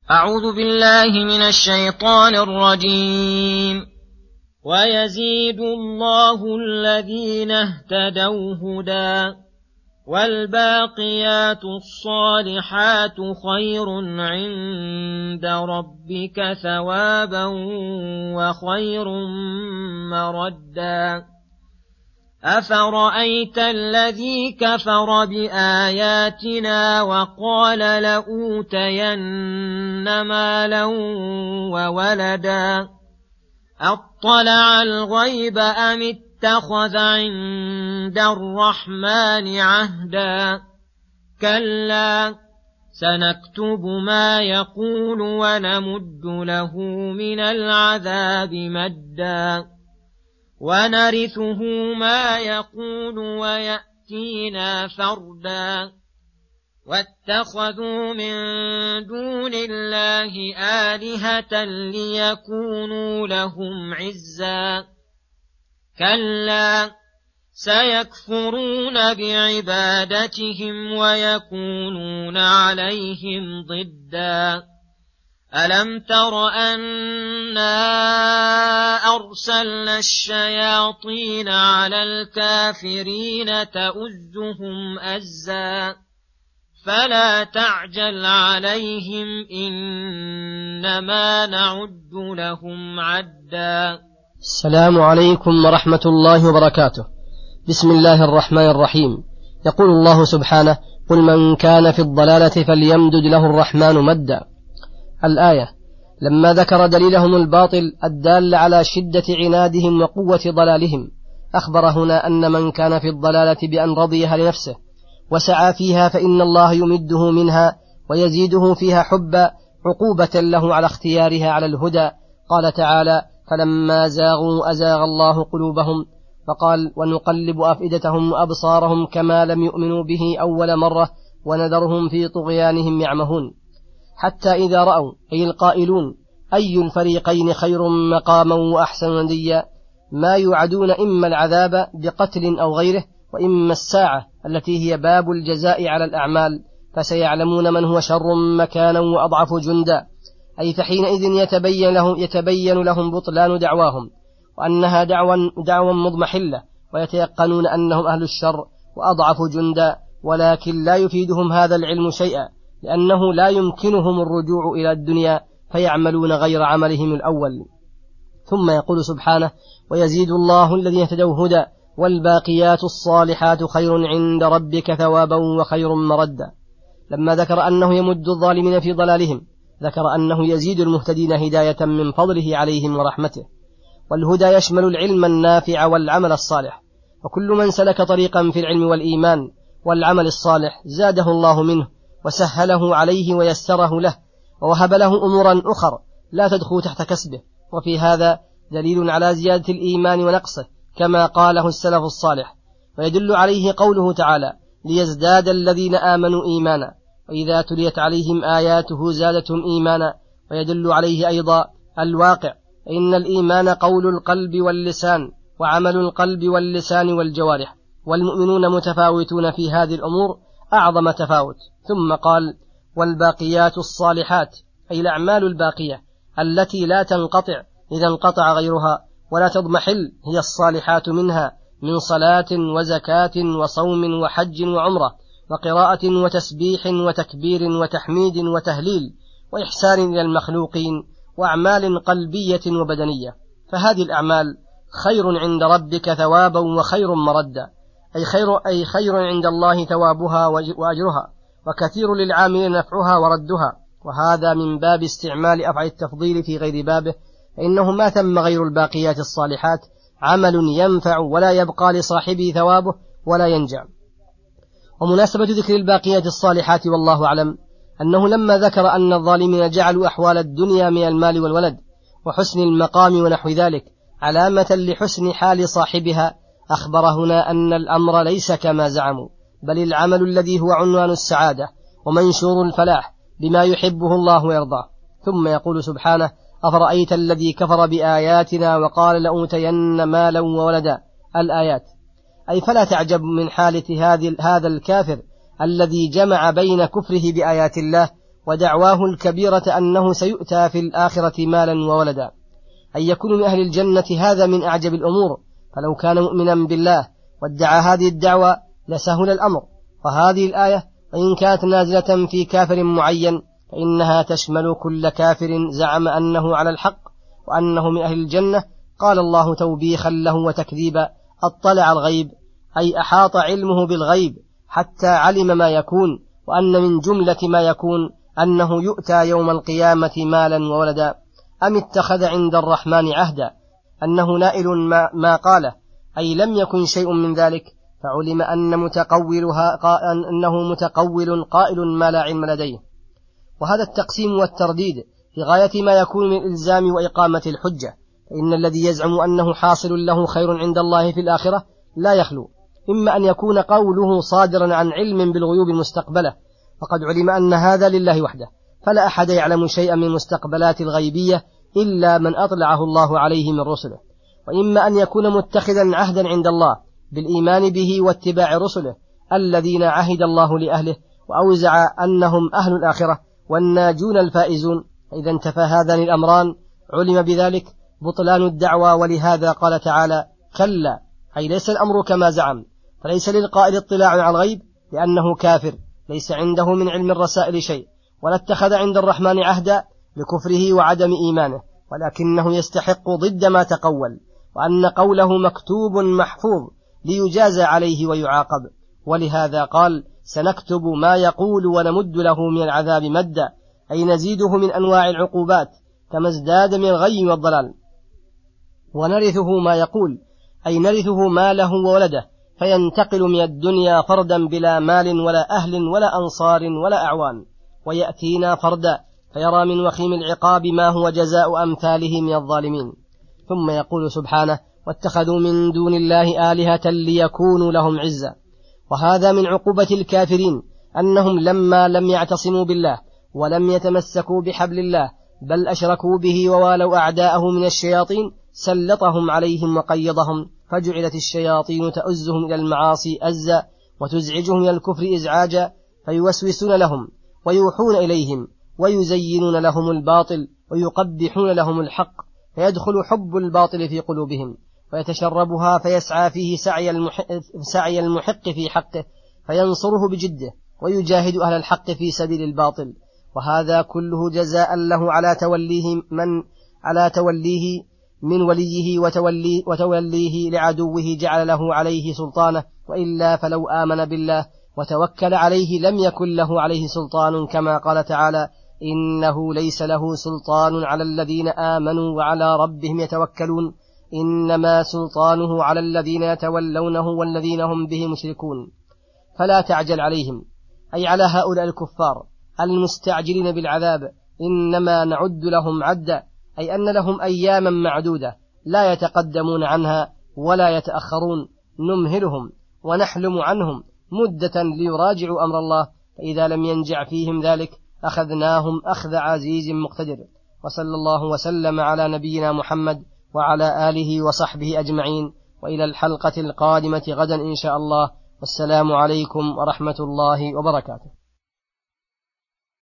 أعوذ بالله من الشيطان الرجيم. ويزيد الله الذين اهتدوا هدى والباقيات الصالحات خير عند ربك ثوابا وخير مردا. أفرأيت الذي كفر بآياتنا وقال لأوتين مالا وولدا أطلع الغيب أم اتخذ عند الرحمن عهدا. كلا سنكتب ما يقول ونمد له من العذاب مدا ونرثه ما يقول ويأتينا فردا. واتخذوا من دون الله آلهة ليكونوا لهم عزا. كلا سيكفرون بعبادتهم ويكونون عليهم ضدا. ألم تر أنا أرسلنا الشياطين على الكافرين تؤزهم أزا فلا تعجل عليهم إنما نعد لهم عدا. السلام عليكم ورحمة الله وبركاته. بسم الله الرحمن الرحيم. يقول الله سبحانه: قل من كان في الضلالة فليمدد له الرحمن مدا. الآية لما ذكر دليلهم الباطل الدال على شدة عنادهم وقوة ضلالهم، أخبر هنا أن من كان في الضلالة بأن رضيها لنفسه وسعى فيها فإن الله يمده منها ويزيده فيها حبا عقوبة له على اختيارها على الهدى. قال تعالى: فلما زاغوا أزاغ الله قلوبهم. فقال: ونقلب أفئدتهم وأبصارهم كما لم يؤمنوا به أول مرة ونذرهم في طغيانهم يعمهون. حتى إذا رأوا أي القائلون أي الفريقين خير مقاما وأحسن نديا ما يوعدون إما العذاب بقتل أو غيره وإما الساعة التي هي باب الجزاء على الأعمال، فسيعلمون من هو شر مكانا وأضعف جندا. أي فحينئذ يتبين لهم بطلان دعواهم وأنها دعوى مضمحلة، ويتيقنون أنهم أهل الشر وأضعف جندا، ولكن لا يفيدهم هذا العلم شيئا لأنه لا يمكنهم الرجوع إلى الدنيا فيعملون غير عملهم الأول. ثم يقول سبحانه: ويزيد الله الذين اهتدوا هدى والباقيات الصالحات خير عند ربك ثوابا وخير مردا. لما ذكر أنه يمد الظالمين في ضلالهم ذكر أنه يزيد المهتدين هداية من فضله عليهم ورحمته. والهدى يشمل العلم النافع والعمل الصالح، وكل من سلك طريقا في العلم والإيمان والعمل الصالح زاده الله منه وسهله عليه ويسره له ووهب له أمورا أخر لا تدخل تحت كسبه. وفي هذا دليل على زيادة الإيمان ونقصه كما قاله السلف الصالح، ويدل عليه قوله تعالى: ليزداد الذين آمنوا إيمانا وإذا تليت عليهم آياته زادتهم إيمانا. ويدل عليه أيضا الواقع، إن الإيمان قول القلب واللسان وعمل القلب واللسان والجوارح، والمؤمنون متفاوتون في هذه الأمور أعظم تفاوت. ثم قال: والباقيات الصالحات أي الأعمال الباقية التي لا تنقطع إذا انقطع غيرها ولا تضمحل، هي الصالحات منها من صلاة وزكاة وصوم وحج وعمرة وقراءة وتسبيح وتكبير وتحميد وتهليل وإحسان إلى المخلوقين وأعمال قلبية وبدنية. فهذه الأعمال خير عند ربك ثوابا وخير مردا، أي خير عند الله ثوابها وأجرها، وكثير للعاملين نفعها وردها. وهذا من باب استعمال أفعال التفضيل في غير بابه، فإنه ما ثم غير الباقيات الصالحات عمل ينفع ولا يبقى لصاحبه ثوابه ولا ينجع. ومناسبة ذكر الباقيات الصالحات والله أعلم أنه لما ذكر أن الظالمين جعلوا أحوال الدنيا من المال والولد وحسن المقام ونحو ذلك علامة لحسن حال صاحبها، أخبر هنا أن الأمر ليس كما زعموا، بل العمل الذي هو عنوان السعادة ومنشور الفلاح بما يحبه الله ويرضاه. ثم يقول سبحانه: أفرأيت الذي كفر بآياتنا وقال لأوتين مالا وولدا. الآيات. أي فلا تعجب من حالة هذا الكافر الذي جمع بين كفره بآيات الله ودعواه الكبيرة أنه سيؤتى في الآخرة مالا وولدا. أن يكون من أهل الجنة هذا من أعجب الأمور، فلو كان مؤمنا بالله وادعى هذه الدعوة لسهل الأمر. وهذه الآية وإن كانت نازلة في كافر معين فإنها تشمل كل كافر زعم أنه على الحق وأنه من أهل الجنة. قال الله توبيخا له وتكذيبا: اطلع الغيب، أي أحاط علمه بالغيب حتى علم ما يكون، وأن من جملة ما يكون أنه يؤتى يوم القيامة مالا وولدا. أم اتخذ عند الرحمن عهدا، أنه نائل ما قاله، أي لم يكن شيء من ذلك، فعلم أنه متقول قائل ما لا علم لديه. وهذا التقسيم والترديد في غاية ما يكون من الإلزام وإقامة الحجة، فإن الذي يزعم أنه حاصل له خير عند الله في الآخرة لا يخلو إما أن يكون قوله صادرا عن علم بالغيوب المستقبلة، فقد علم أن هذا لله وحده، فلا أحد يعلم شيئا من المستقبلات الغيبية إلا من أطلعه الله عليه من رسله، وإما أن يكون متخذا عهدا عند الله بالإيمان به واتباع رسله الذين عهد الله لأهله، وأوزع أنهم أهل الآخرة والناجون الفائزون. فإذا انتفى هذان الأمران علم بذلك بطلان الدعوى. ولهذا قال تعالى: كلا، أي ليس الأمر كما زعم، فليس للقائل اطلاع على الغيب لأنه كافر ليس عنده من علم الرسائل شيء، ولا اتخذ عند الرحمن عهدا لكفره وعدم إيمانه، ولكنه يستحق ضد ما تقول، وأن قوله مكتوب محفوظ ليجازى عليه ويعاقب. ولهذا قال: سنكتب ما يقول ونمد له من العذاب مدا، أي نزيده من أنواع العقوبات كما ازداد من الغي والضلال. ونرثه ما يقول، أي نرثه ماله وولده، فينتقل من الدنيا فردا بلا مال ولا أهل ولا أنصار ولا أعوان، ويأتينا فردا فيرى من وخيم العقاب ما هو جزاء أمثاله من الظالمين. ثم يقول سبحانه: واتخذوا من دون الله آلهة ليكونوا لهم عزا. وهذا من عقوبة الكافرين، أنهم لما لم يعتصموا بالله ولم يتمسكوا بحبل الله بل أشركوا به ووالوا أعداءه من الشياطين سلطهم عليهم وقيضهم، فجعلت الشياطين تؤزهم إلى المعاصي أزا وتزعجهم إلى الكفر إزعاجا، فيوسوسون لهم ويوحون إليهم ويزينون لهم الباطل ويقبحون لهم الحق، فيدخل حب الباطل في قلوبهم ويتشربها، فيسعى فيه سعي المحق في حقه، فينصره بجده ويجاهد أهل الحق في سبيل الباطل. وهذا كله جزاء له على توليه من وليه وتوليه لعدوه جعل له عليه سلطانه، وإلا فلو آمن بالله وتوكل عليه لم يكن له عليه سلطان، كما قال تعالى: إنه ليس له سلطان على الذين آمنوا وعلى ربهم يتوكلون، إنما سلطانه على الذين يتولونه والذين هم به مشركون. فلا تعجل عليهم، أي على هؤلاء الكفار المستعجلين بالعذاب، إنما نعد لهم عدا، أي أن لهم أياما معدودة لا يتقدمون عنها ولا يتأخرون، نمهلهم ونحلم عنهم مدة ليراجعوا أمر الله، فإذا لم ينجع فيهم ذلك أخذناهم أخذ عزيز مقتدر. وصلى الله وسلم على نبينا محمد وعلى آله وصحبه أجمعين، وإلى الحلقة القادمة غدا إن شاء الله، والسلام عليكم ورحمة الله وبركاته.